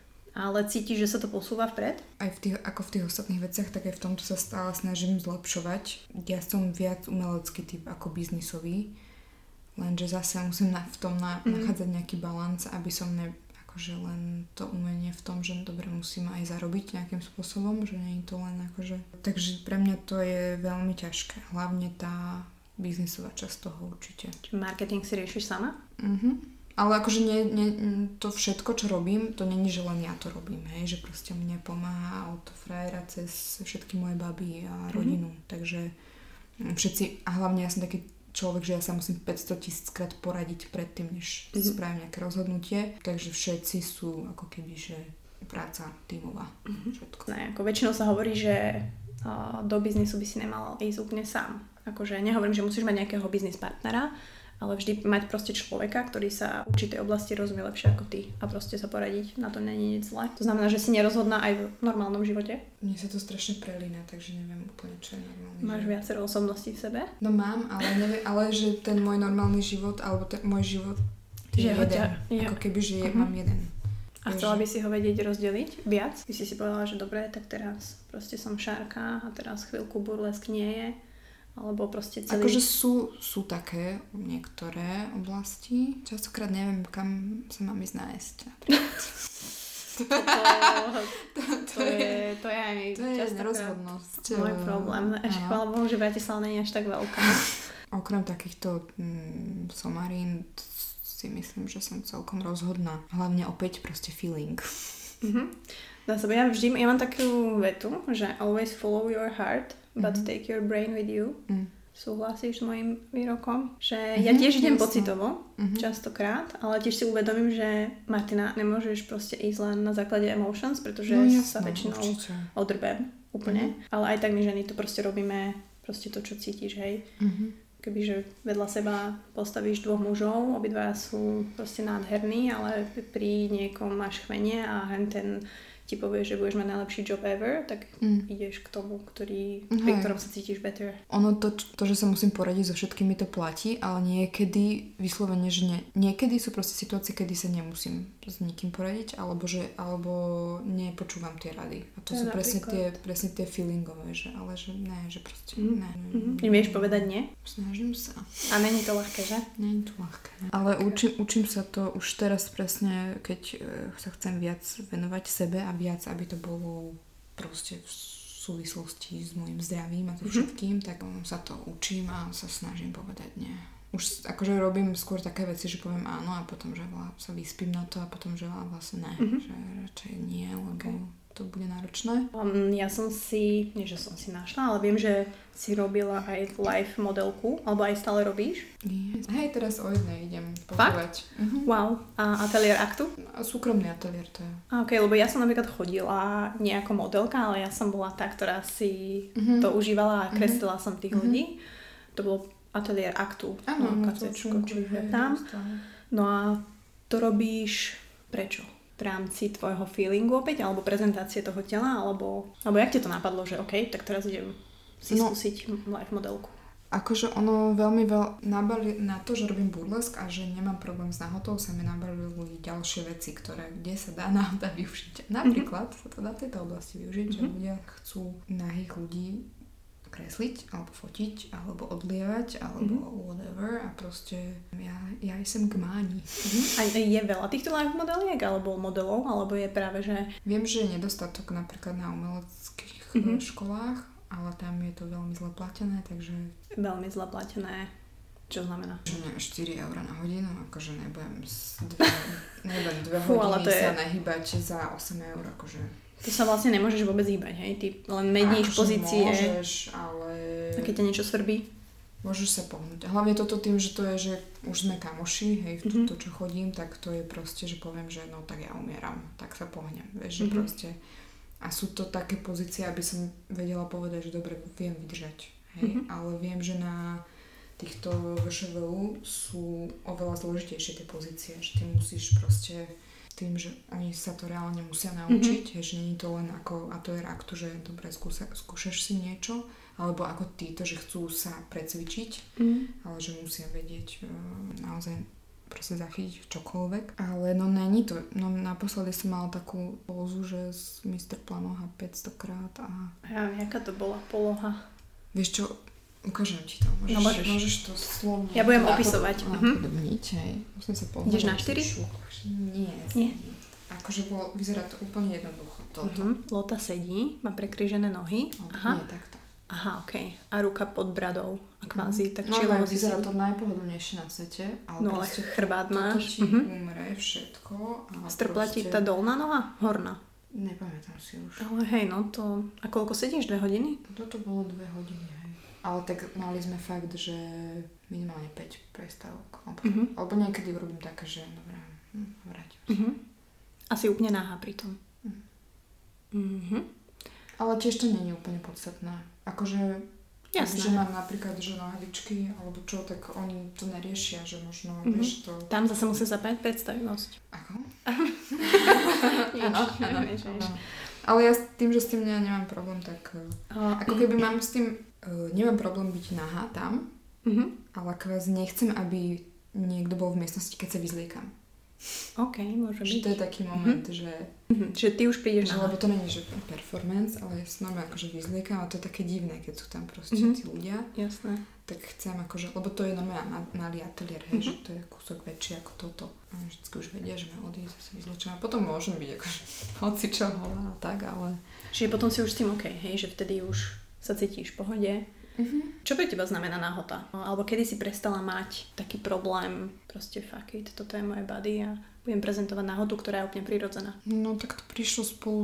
Ale cítiš, že sa to posúva vpred? Aj ako v tých ostatných veciach, tak aj v tomto sa stále snažím zlepšovať. Ja som viac umelecký typ ako biznisový, lenže zase musím v tom nachádzať nejaký balans, aby som akože len to umenie v tom, že dobre musím aj zarobiť nejakým spôsobom, že nie je to len akože... Takže pre mňa to je veľmi ťažké, hlavne tá biznisová časť toho určite. Čiže marketing si riešiš sama? Ale akože to všetko, čo robím, to není, že len ja to robím, hej, že proste mne pomáha od frajera cez všetky moje baby a rodinu, takže všetci, a hlavne ja som taký človek, že ja sa musím 500 000 krát poradiť predtým, než spravím nejaké rozhodnutie, takže všetci sú ako keby, že práca tímová, všetko. Ne, ako väčšinou sa hovorí, že do biznisu by si nemal ísť úplne sám. Akože nehovorím, že musíš mať nejakého biznis partnera, ale vždy mať proste človeka, ktorý sa v určitej oblasti rozumie lepšie ako ty a proste sa poradiť, na to nie je nič zlé. To znamená, že si nerozhodná aj v normálnom živote? Mne sa to strašne prelína, takže neviem úplne, čo je normálny Máš život. viacero osobností v sebe? No mám, ale neviem, ale že ten môj normálny život, alebo ten môj život je jeden. Ako keby, že mám jeden. A chcela by si ho vedieť rozdeliť viac? By si povedala, že dobre, tak teraz proste som Šárka a teraz chvíľku burlesk nie je. Alebo proste celý... Akože sú také niektoré oblasti. Častokrát neviem, kam sa mám ísť nájsť. To je aj nerozhodnosť. Môj problém. Ešte chvála Bohu, že Bratislava nie je až tak veľká. Okrem takýchto somarín si myslím, že som celkom rozhodná. Hlavne opäť proste feeling. Dá sa ja mám takú vetu, že always follow your heart, but take your brain with you. Súhlasíš s mojím výrokom? Že ja tiež idem pocitovo, častokrát, ale tiež si uvedomím, že Martina, nemôžeš proste ísť len na základe emotions, pretože sa väčšinou odrbem úplne. Ale aj tak my ženy to proste robíme, proste to, čo cítiš, hej. Kebyže vedľa seba postavíš dvoch mužov, obidva sú proste nádherní, ale pri niekom máš chvenie a ten ti povie, že budeš mať najlepší job ever, tak ideš k tomu, pri ktorom sa cítiš better. Ono to, že sa musím poradiť so všetkými, to platí, ale niekedy vyslovene, že niekedy sú proste situácie, kedy sa nemusím s nikým poradiť, alebo nepočúvam tie rady. A to sú presne tie feelingové, že ale že ne, že proste ne. Nevieš povedať nie? Snažím sa. A není to ľahké, že? Není to ľahké. Ale učím sa to už teraz presne, keď sa chcem viac venovať sebe a viac, aby to bolo proste v súvislosti s môjim zdravím a so všetkým, tak sa to učím a sa snažím povedať nie. Už akože robím skôr také veci, že poviem áno a potom, že sa vyspím na to a potom, že vlastne ne, že radšej nie, lebo to bude náročné. Ja som si, nie že som si našla, ale viem, že si robila aj live modelku, alebo aj stále robíš? Yes. Hej, teraz o jednej idem pozovať. Wow. A ateliér aktu? Súkromný ateliér to je. Ok, lebo ja som napríklad chodila nie ako modelka, ale ja som bola tá, ktorá si to užívala a kreslila som tých ľudí. To bolo ateliér aktu. Áno, kacečko, čiže tam. No a to robíš prečo? V rámci tvojho feelingu opäť, alebo prezentácie toho tela, alebo jak ti to napadlo, že OK, tak teraz idem si skúsiť live modelku? Akože ono veľmi nabalí na to, že robím burlesk a že nemám problém s nahotou, sa mi nabalili ďalšie veci, kde sa dá nahota využiť. Napríklad sa to dá v tejto oblasti využiť, že ľudia chcú nahých ľudí kresliť, alebo fotiť, alebo odlievať, alebo whatever a proste ja som k máni. A je veľa týchto live modeliek, alebo modelov, alebo je práve, že... Viem, že je nedostatok napríklad na umeleckých školách, ale tam je to veľmi zle platené, takže... Veľmi zle platené. Čo znamená? Že 4 € na hodinu, akože nebudem 2 hodiny sa nahýbať za 8 €, akože. To sa vlastne nemôžeš vôbec hýbať, hej? Ty len meníš pozície. Môžeš, ale... A keď ťa niečo svrbí? Môžeš sa pohnúť. Hlavne toto tým, že to je, že už sme kamoši, hej, v to, čo chodím, tak to je proste, že poviem, že no tak ja umieram, tak sa pohnem, vieš, že proste. A sú to také pozície, aby som vedela povedať, že dobre, viem vydržať, hej, ale viem, že na týchto VŠVU sú oveľa zložitejšie tie pozície, že ty musíš proste tým, že oni sa to reálne musia naučiť, že nie je to len ako ateliér aktu, že dobre, skúšaš si niečo, alebo ako títo, že chcú sa precvičiť, ale že musia vedieť naozaj proste zachytiť čokoľvek. Ale no není to, no naposledy som mala takú pózu, že Mr. Planoha 500 krát a... Ja, jaká to bola poloha? Vieš čo, ukážem ti to. Môžeš to slovne... Ja budem opisovať. Napodobniť, hej. Musím sa pohľadať. Ideš na 4? Nie. Akože vyzerá to úplne jednoducho. Lota sedí, má prekryžené nohy. Aha. Nie, takto. Aha, okej. A ruka pod bradou. A kvázi tak čilovo vyzerá to najpohodlnejšie na svete. Ale no ale chrbát máš. Toto ti umre všetko. Strpla ti tá dolná noha? Horná? Nepamätám si už. Ale hej, no to... A koľko sedíš? 2 hodiny? Toto bolo 2 hodiny, hej. Ale tak mali sme fakt, že minimálne 5 prestávok. Alebo niekedy urobím také, že dobré, vrátim sa. A si úplne náha pri tom. Ale tiež to nie je úplne podstatné. Akože, že mám napríklad, že nohavičky alebo čo, tak oni to neriešia, že možno, vieš to... Tam zase musí zapájať predstavivosť. Ako? Áno. Ale ja tým, že s tým nemám problém, tak ako keby mám s tým, nemám problém byť nahá tam, ale kvázi nechcem, aby niekto bol v miestnosti, keď sa vyzliekam. OK, môže byť. Že to je taký moment, že... Že ty už prídeš na... Lebo to nie je, že performance, ale ja som akože vyzliekam a to je také divné, keď sú tam proste tí ľudia. Jasné. Tak chcem akože... Lebo to je normálne malý ateliér, hej, že to je kúsok väčší ako toto. A vždycky už vedia, že ma odísť a sa vyzliečam. A potom môžem byť akože hocičo holá a tak, ale... Čiže potom si už s tým OK, hej, že vtedy už sa cítiš v pohode. Čo pre teba znamená nahota? Alebo kedy si prestala mať taký problém, proste fuck it, toto je moje body a budem prezentovať nahotu, ktorá je úplne prirodzená? No tak to prišlo spolu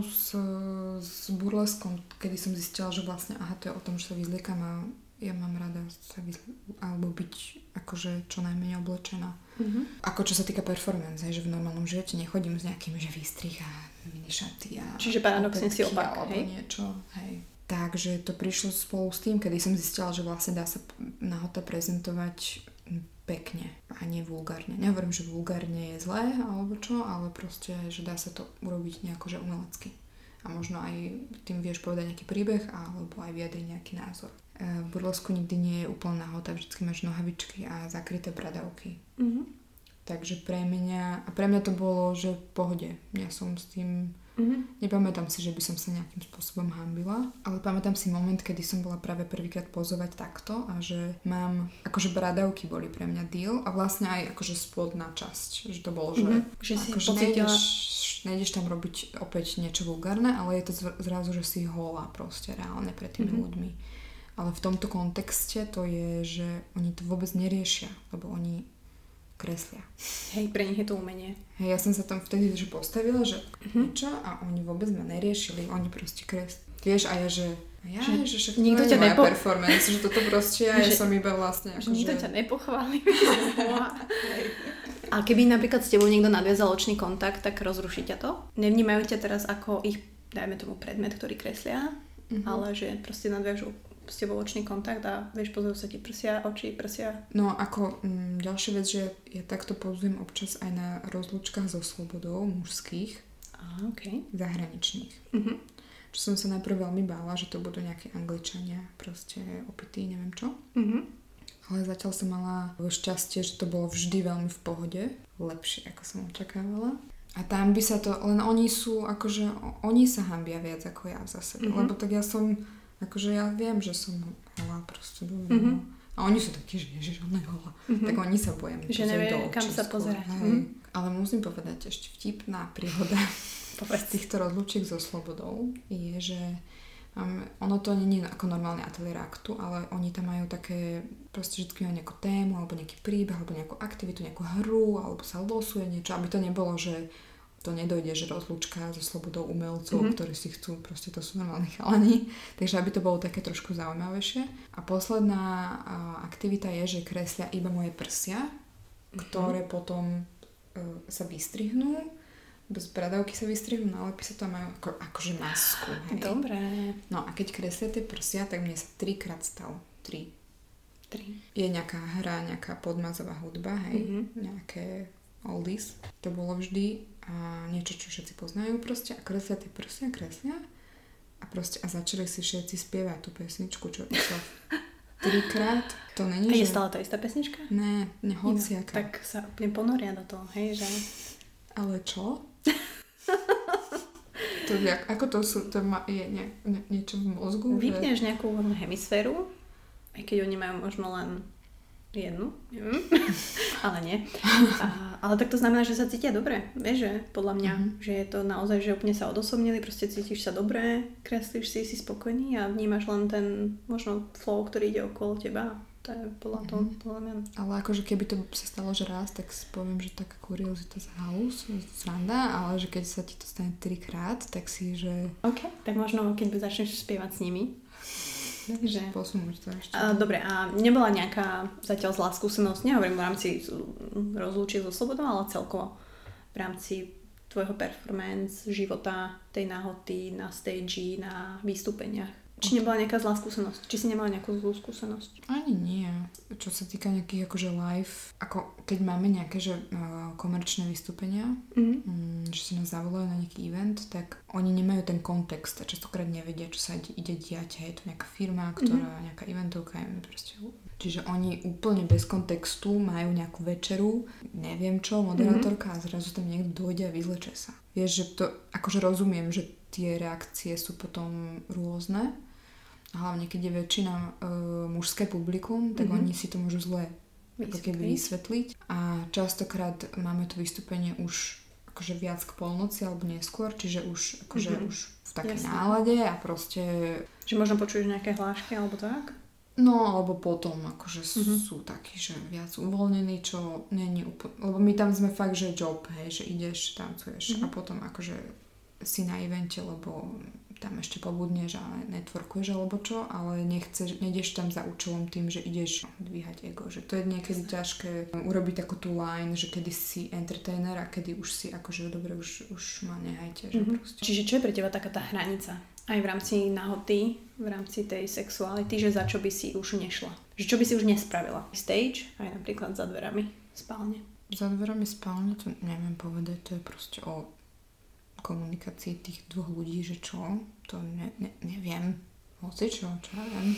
s burleskom, kedy som zistila, že vlastne to je o tom, že sa vyzliekam a ja mám rada sa alebo byť akože čo najmenej oblečená. Ako čo sa týka performance, že v normálnom živote nechodím s nejakým, že výstrih a minišaty a... Čiže paradoxne si opak, hej? Niečo, hej. Takže to prišlo spolu s tým, kedy som zistila, že vlastne dá sa nahota prezentovať pekne a nie vulgárne. Nehovorím, že vulgárne je zlé alebo čo, ale proste, že dá sa to urobiť nejako, že umelecky. A možno aj tým vieš povedať nejaký príbeh alebo aj vyjadriť nejaký názor. V burlesku nikdy nie je úplná nahota, vždycky máš nohavičky a zakryté bradavky. Takže pre mňa to bolo, že v pohode. Ja som s tým... Nepamätám si, že by som sa nejakým spôsobom hanbila, ale pamätám si moment, kedy som bola práve prvýkrát pozovať takto a že mám, akože bradavky boli pre mňa deal a vlastne aj akože spodná časť, že to bolo, že si akože nejdeš tam robiť opäť niečo vulgárne, ale je to zrazu, že si holá proste reálne pred tými ľuďmi. Ale v tomto kontexte to je, že oni to vôbec neriešia, lebo oni kreslia. Hej, pre nich je to umenie. Hej, ja som sa tam vtedy že postavila, že niečo a oni vôbec ma neriešili, oni proste kresli. Vieš, a ja, že však nikto ťa performance, že toto proste ja som iba vlastne ako, nikto ťa nepochváli. A keby napríklad s tebou niekto nadviazal očný kontakt, tak rozruší ťa to? Nevnímajú ťa teraz ako ich, dajme tomu predmet, ktorý kreslia, ale že proste nadviažú s tebou očný kontakt a vieš, pozorujú sa ti prsia. No ako ďalšia vec, že ja takto pozujem občas aj na rozlúčkach so slobodou mužských, zahraničných. Čo som sa najprv veľmi bála, že to budú nejaké Angličania, proste opití, neviem čo. Ale zatiaľ som mala šťastie, že to bolo vždy veľmi v pohode, lepšie ako som očakávala. A tam by sa to, len oni sú, akože oni sa hanbia viac ako ja za sebe, lebo tak ja som akože ja viem, že som holá proste. A oni sú takí, že ježiš, ona je holá. Tak oni sa boja mi pozrieť do očí. Kam sa pozerať. Ale musím povedať ešte vtipná príhoda z týchto rozlúčiek so slobodou je, že Ono to nie je ako normálny ateliér aktu, ale oni tam majú také, proste vždy majú nejakú tému, alebo nejaký príbeh, alebo nejakú aktivitu, nejakú hru, alebo sa losuje niečo, aby to nebolo, že to nedojde, že rozlúčka so slobodou umelcov, ktorí si chcú, proste to sú normálni chalani. Takže aby to bolo také trošku zaujímavejšie. A posledná aktivita je, že kreslia iba moje prsia, ktoré potom sa vystrihnú, bez bradavky sa vystrihnú, nalepí sa tam majú akože masku. Hej. Dobre. No a keď kreslia tie prsia, tak mne sa 3-krát stalo. 3. Je nejaká hra, nejaká podmazová hudba, hej, nejaké oldies. To bolo vždy a niečo, čo všetci poznajú proste a kreslia tie prsia, a proste a začali si všetci spievať tú pesničku, čo išla 3-krát. To není, a je stále tá istá pesnička? Ne, hociaká. Tak sa úplne ponoria do toho, hej, že... Ale čo? To je, ako to sú, to je niečo v mozgu? Vypneš nejakú hemisféru, aj keď oni majú možno len jednu, neviem, ale nie. Ale tak to znamená, že sa cítia dobre, vieš, že podľa mňa, že je to naozaj, že úplne sa odosobnili, proste cítiš sa dobre, kreslíš si spokojný a vnímaš len ten možno flow, ktorý ide okolo teba. To je podľa mňa. Ale akože keby to sa stalo, že raz, tak si poviem, že taká kuriozita z halus, sranda, ale že keď sa ti to stane 3-krát, tak si, že... OK, tak možno keď začneš spievať s nimi. Takže posunúť to ešte. Dobre, a nebola nejaká zatiaľ zlá skúsenosť, nehovorím v rámci rozlúčiť so slobodou, ale celkovo v rámci tvojho performance, života, tej náhoty na stage, na vystúpeniach? Či nebola nejaká zlá skúsenosť? Či si nemala nejakú zlú skúsenosť? Ani nie. Čo sa týka nejakých akože live, ako keď máme nejaké že, komerčné vystúpenia, že si nás zavolajú na nejaký event, tak oni nemajú ten kontext a častokrát nevedia, čo sa ide diať. Je to nejaká firma, ktorá, nejaká eventovka, proste. Čiže oni úplne bez kontextu majú nejakú večeru, neviem čo, moderátorka a zrazu tam niekto dojde a vyzleče sa. Vieš, že to, akože rozumiem, že tie reakcie sú potom rôzne, hlavne keď je väčšina mužské publikum, tak oni si to môžu zle ako keby vysvetliť. A častokrát máme to vystúpenie už akože viac k polnoci alebo neskôr, čiže už akože už v takej nálade a proste... Že možno počuješ nejaké hlášky alebo tak? No, alebo potom akože sú takí, že viac uvoľnení, čo není úplne... Lebo my tam sme fakt, že job, hej, že ideš, tancuješ a potom akože si na evente, lebo tam ešte pobudneš a networkuješ alebo čo, ale nejdeš tam za účelom tým, že ideš dvíhať ego, že to je niekedy ťažké urobiť takú tú line, že kedy si entertainer a kedy už si akože dobre, už ma nehajte, že proste. Čiže čo je pre teba taká tá hranica? Aj v rámci nahoty, v rámci tej sexuality, že za čo by si už nešla? Že čo by si už nespravila? Stage, aj napríklad za dverami spálne. Za dverami spálne to neviem povedať, to je proste o komunikácii tých dvoch ľudí, že čo, to neviem. Hoci čo ja viem.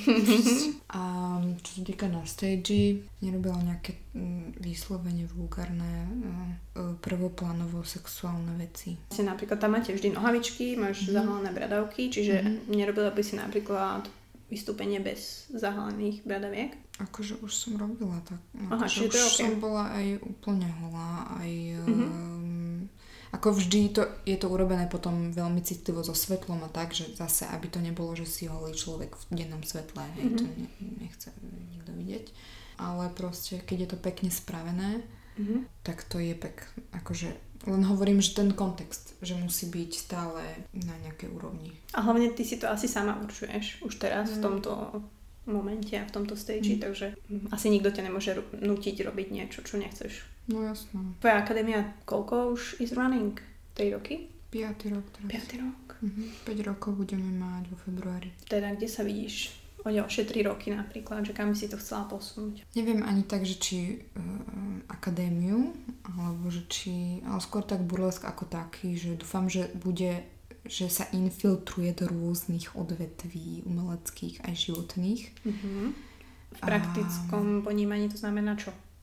A čo sa týka na stage, nerobila nejaké vyslovene vulgárne prvoplánovo sexuálne veci. Si napríklad tam máte vždy nohavičky, máš zahalené bradavky, čiže nerobila by si napríklad vystúpenie bez zahalených bradaviek? Akože už som robila tak. Aha, čiže to je okay. Som bola aj úplne holá, aj... Ako vždy je to urobené potom veľmi citlivo so svetlom a tak, že zase, aby to nebolo, že si holý človek v dennom svetle, hej, to nechce nikto vidieť. Ale proste, keď je to pekne spravené, tak to je akože, len hovorím, že ten kontext, že musí byť stále na nejakej úrovni. A hlavne ty si to asi sama určuješ už teraz v tomto momente a v tomto stage, takže asi nikto ťa nemôže nútiť robiť niečo, čo nechceš. No jasno. Tvoja akadémia koľko už is running? 3 roky? 5. rok teraz. 5. rok? 5 rokov budeme mať vo februári. Teda kde sa vidíš o ďalšie 3 roky napríklad, že kam by si to chcela posunúť? Neviem ani tak, že či akadémiu, alebo že či, ale skôr tak burlesk ako taký, že dúfam, že že sa infiltruje do rôznych odvetví umeleckých aj životných. V praktickom ponímaní to znamená čo?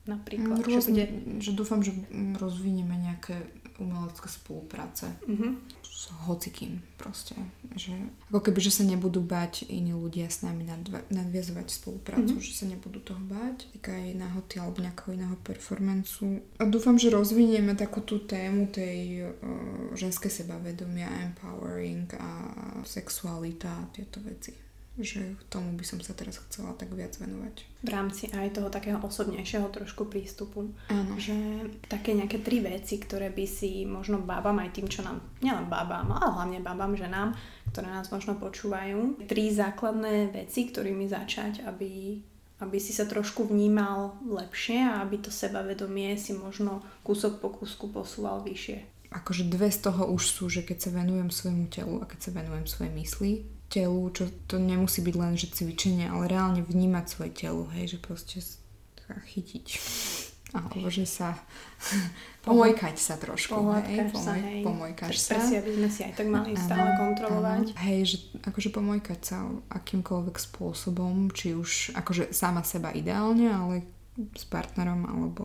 napríklad? Že dúfam, že rozvinieme nejaké umelecké spolupráce s hocikým proste. Že, ako keby, že sa nebudú báť iní ľudia s nami nadviazovať spoluprácu, že sa nebudú toho báť. Týka aj náhoty alebo nejakého iného performancu. A dúfam, že rozvinieme takú tú tému tej ženské sebavedomia, empowering a sexualita a tieto veci. Že tomu by som sa teraz chcela tak viac venovať. V rámci aj toho takého osobnejšieho trošku prístupu. Áno. Že také nejaké 3 veci, ktoré by si možno babám aj tým, čo nám, nielen babám, ale hlavne babám, ženám, ktoré nás možno počúvajú. 3 základné veci, ktorými začať, aby si sa trošku vnímal lepšie a aby to sebavedomie si možno kúsok po kúsku posúval vyššie. Akože 2 z toho už sú, že keď sa venujem svojmu telu a keď sa venujem svojej mysli, telu, čo to nemusí byť len, že cvičenie, ale reálne vnímať svoje telo, hej, že proste chytiť. Alebo že sa pomojkať sa trošku, pomojkaš sa. Prsia by sme si aj tak mali stále kontrolovať. Hej, že akože pomojkať sa akýmkoľvek spôsobom, či už akože sama seba ideálne, ale s partnerom alebo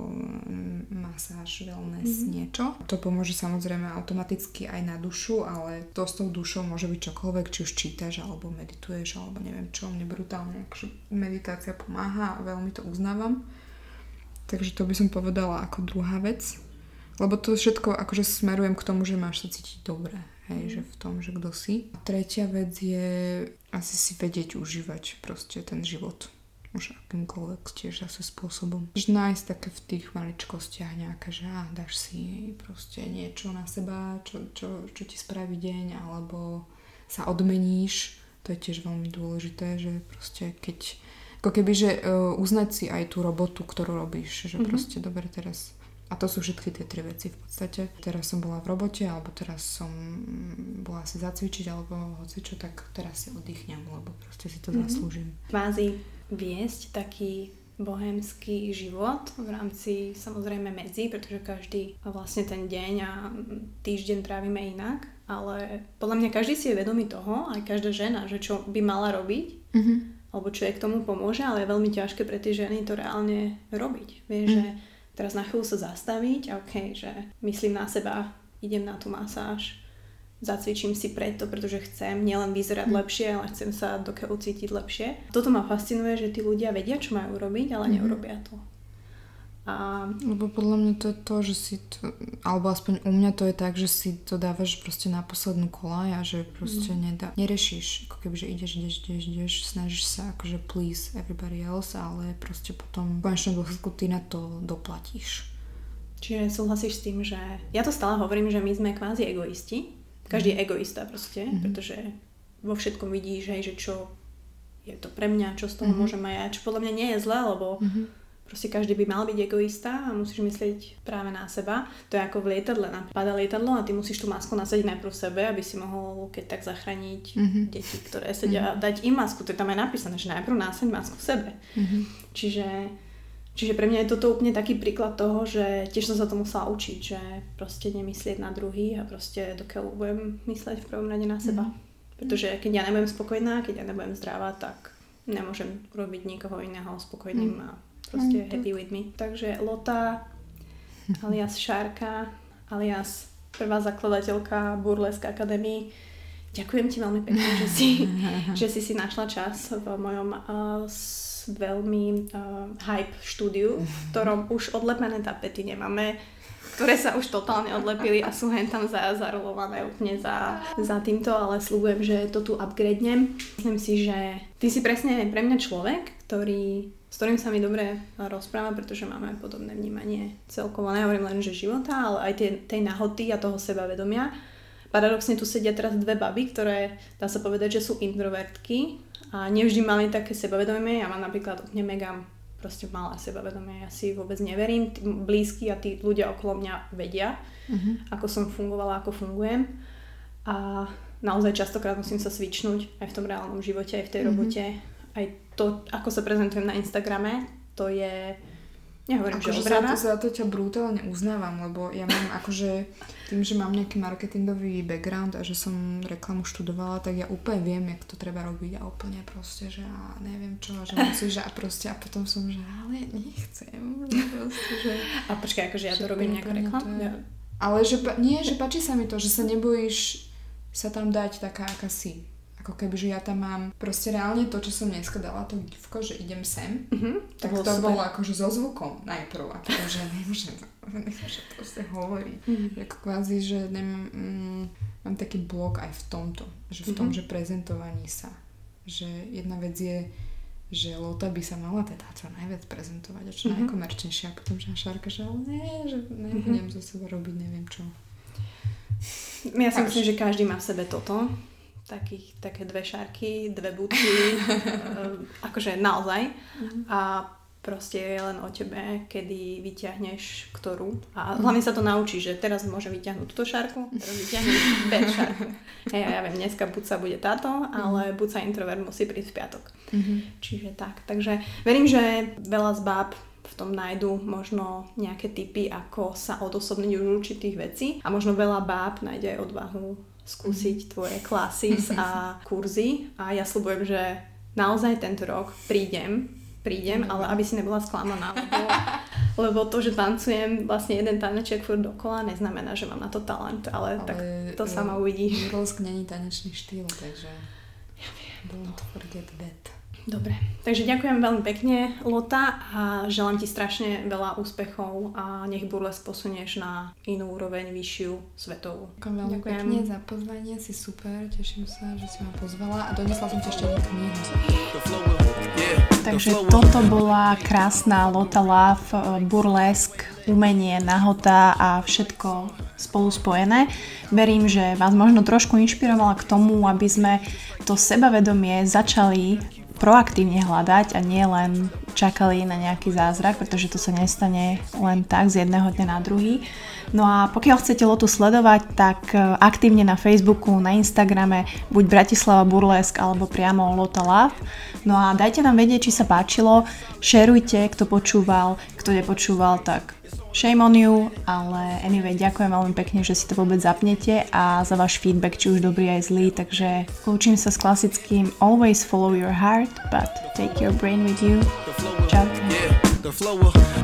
masáž, wellness, niečo. To pomôže samozrejme automaticky aj na dušu, ale to s tou dušou môže byť čokoľvek, či už čítaš alebo medituješ alebo neviem čo. Mne brutálne akože meditácia pomáha a veľmi to uznávam. Takže to by som povedala ako druhá vec. Lebo to všetko akože smerujem k tomu, že máš sa cítiť dobre. Hej, že v tom, že kto si. A tretia vec je asi si vedieť užívať proste ten život. Už akýmkoľvek tiež zase spôsobom. Nájsť také v tých maličkostiach nejaké, že dáš si proste niečo na seba, čo ti spraví deň, alebo sa odmeníš. To je tiež veľmi dôležité, že proste keď ako keby, že uznať si aj tú robotu, ktorú robíš, že proste dobre teraz. A to sú všetky tie 3 veci v podstate. Teraz som bola v robote, alebo teraz som bola si zacvičiť, alebo hocičo, tak teraz si oddychnem, lebo proste si to zaslúžim. Kvázi viesť taký bohémsky život v rámci samozrejme medzi, pretože každý vlastne ten deň a týždeň trávime inak, ale podľa mňa každý si je vedomý toho, aj každá žena, že čo by mala robiť, alebo čo jej k tomu pomôže, ale je veľmi ťažké pre tie ženy to reálne robiť. Vieš, že teraz na chvíľu sa zastaviť a že myslím na seba, idem na tú masáž, zacvičím si pretože chcem nielen vyzerať lepšie, ale chcem sa dokiaľ cítiť lepšie. Toto ma fascinuje, že tí ľudia vedia, čo majú robiť, ale neurobia to. Lebo podľa mňa to je to, že si to, alebo aspoň u mňa to je tak, že si to dávaš proste na poslednú koľaj a že proste nerešíš, ako keby, že ideš, snažíš sa akože please everybody else, ale proste potom v konečnom dôsledku ty na to doplatíš. Čiže súhlasíš s tým, že ja to stále hovorím, že my sme kvázi egoisti. Každý je egoista proste, pretože vo všetkom vidíš, že čo je to pre mňa, čo z toho môžem aj ja, čo podľa mňa nie je zlé, lebo proste každý by mal byť egoista a musíš myslieť práve na seba. To je ako v lietadle, napadá lietadlo a ty musíš tú masku nasadiť najprv sebe, aby si mohol keď tak zachrániť deti, ktoré sedia, dať im masku, to je tam aj napísané, že najprv nasaď masku sebe. Čiže pre mňa je toto úplne taký príklad toho, že tiež som sa to musela učiť, že proste nemyslieť na druhých a proste dokiaľ budem mysleť v prvom rade na seba. Pretože keď ja nebudem spokojná, keď ja nebudem zdravá, tak nemôžem robiť nikoho iného spokojným a proste happy with me. Takže Lota, alias Šárka, alias prvá zakladateľka Burlesque Academy, ďakujem ti veľmi pekne, že si našla čas v mojom veľmi hype štúdiu, v ktorom už odlepené tapety nemáme, ktoré sa už totálne odlepili a sú hen tam zarolované úplne za týmto, ale sľubujem, že to tu upgradenem. Myslím si, že ty si presne pre mňa človek, s ktorým sa mi dobre rozpráva, pretože máme podobné vnímanie celkovo. Nehovorím len, že života, ale aj tej nahoty a toho sebavedomia. Paradoxne tu sedia teraz 2 baby, ktoré dá sa povedať, že sú introvertky a nevždy mali také sebavedomie. Ja mám napríklad úplne mega proste malé sebavedomie. Ja si vôbec neverím. Blízky a tí ľudia okolo mňa vedia, ako som fungovala, ako fungujem. A naozaj častokrát musím sa svičnúť aj v tom reálnom živote, aj v tej robote. Aj to, ako sa prezentujem na Instagrame, to je Nehovorím, že obrana. Za to ťa brutálne uznávam, lebo ja mám akože tým, že mám nejaký marketingový background a že som reklamu študovala, tak ja úplne viem, jak to treba robiť a úplne proste, že ja neviem čo, že musíš a proste a potom som, že ale nechcem. Proste, že... A počkaj, akože ja to robím nejakú reklamu? Ja... Ale že že páči sa mi to, že sa nebojíš sa tam dať taká, aká si. Ako keby, že ja tam mám proste reálne to, čo som dneska dala, to gifko, že idem sem, tak to bolo akože so zvukom najprv a potom, že nemôžem proste hovoriť. Ako kvázi, že mám taký blok aj v tomto, že v tom, že prezentovaní sa. Že jedna vec je, že Lota by sa mala teda čo najviac prezentovať a čo najkomerčnejšie a potom, že Šárka, že ale nie, že nebudem zo seba robiť neviem čo. Ja si myslím, že každý má v sebe toto. Také 2 Šárky, 2 Buci, akože naozaj. A proste je len o tebe, kedy vyťahneš ktorú. A hlavne sa to naučí, že teraz môžem vyťahnuť túto Šárku, teraz vyťahnuť bez Šárku. Ja viem, dneska Buca bude táto, ale Buca introvert musí prísť v piatok. Čiže tak. Takže verím, že veľa z báb v tom nájdu možno nejaké tipy, ako sa odosobniť už určitých vecí. A možno veľa báb nájde aj odvahu skúsiť tvoje classes a kurzy a ja sľubujem, že naozaj tento rok prídem, ale aby si nebola sklamaná, lebo to, že tancujem vlastne jeden taneček furt dokola, neznamená, že mám na to talent, ale tak to sama uvidíš. Burlesk není tanečný štýl, takže ja viem, don't forget that. Dobre, takže ďakujem veľmi pekne, Lota, a želám ti strašne veľa úspechov a nech burlesk posunieš na inú úroveň, vyššiu, svetovú. Ďakujem veľmi pekne za pozvanie, si super, teším sa, že si ma pozvala a donesla som ti ešte knihu. Takže toto bola krásna Lota Love, burlesk, umenie, nahota a všetko spolu spojené. Verím, že vás možno trošku inšpirovala k tomu, aby sme to sebavedomie začali proaktívne hľadať a nie len čakali na nejaký zázrak, pretože to sa nestane len tak z jedného dňa na druhý. No a pokiaľ chcete Lotu sledovať, tak aktívne na Facebooku, na Instagrame, buď Bratislava Burlesk alebo priamo Lota Love. No a dajte nám vedieť, či sa páčilo, šerujte, kto počúval, kto nepočúval, tak shame on you, ale anyway, ďakujem veľmi pekne, že si to vôbec zapnete a za váš feedback, či už dobrý aj zlý, takže učím sa s klasickým always follow your heart, but take your brain with you. Čau.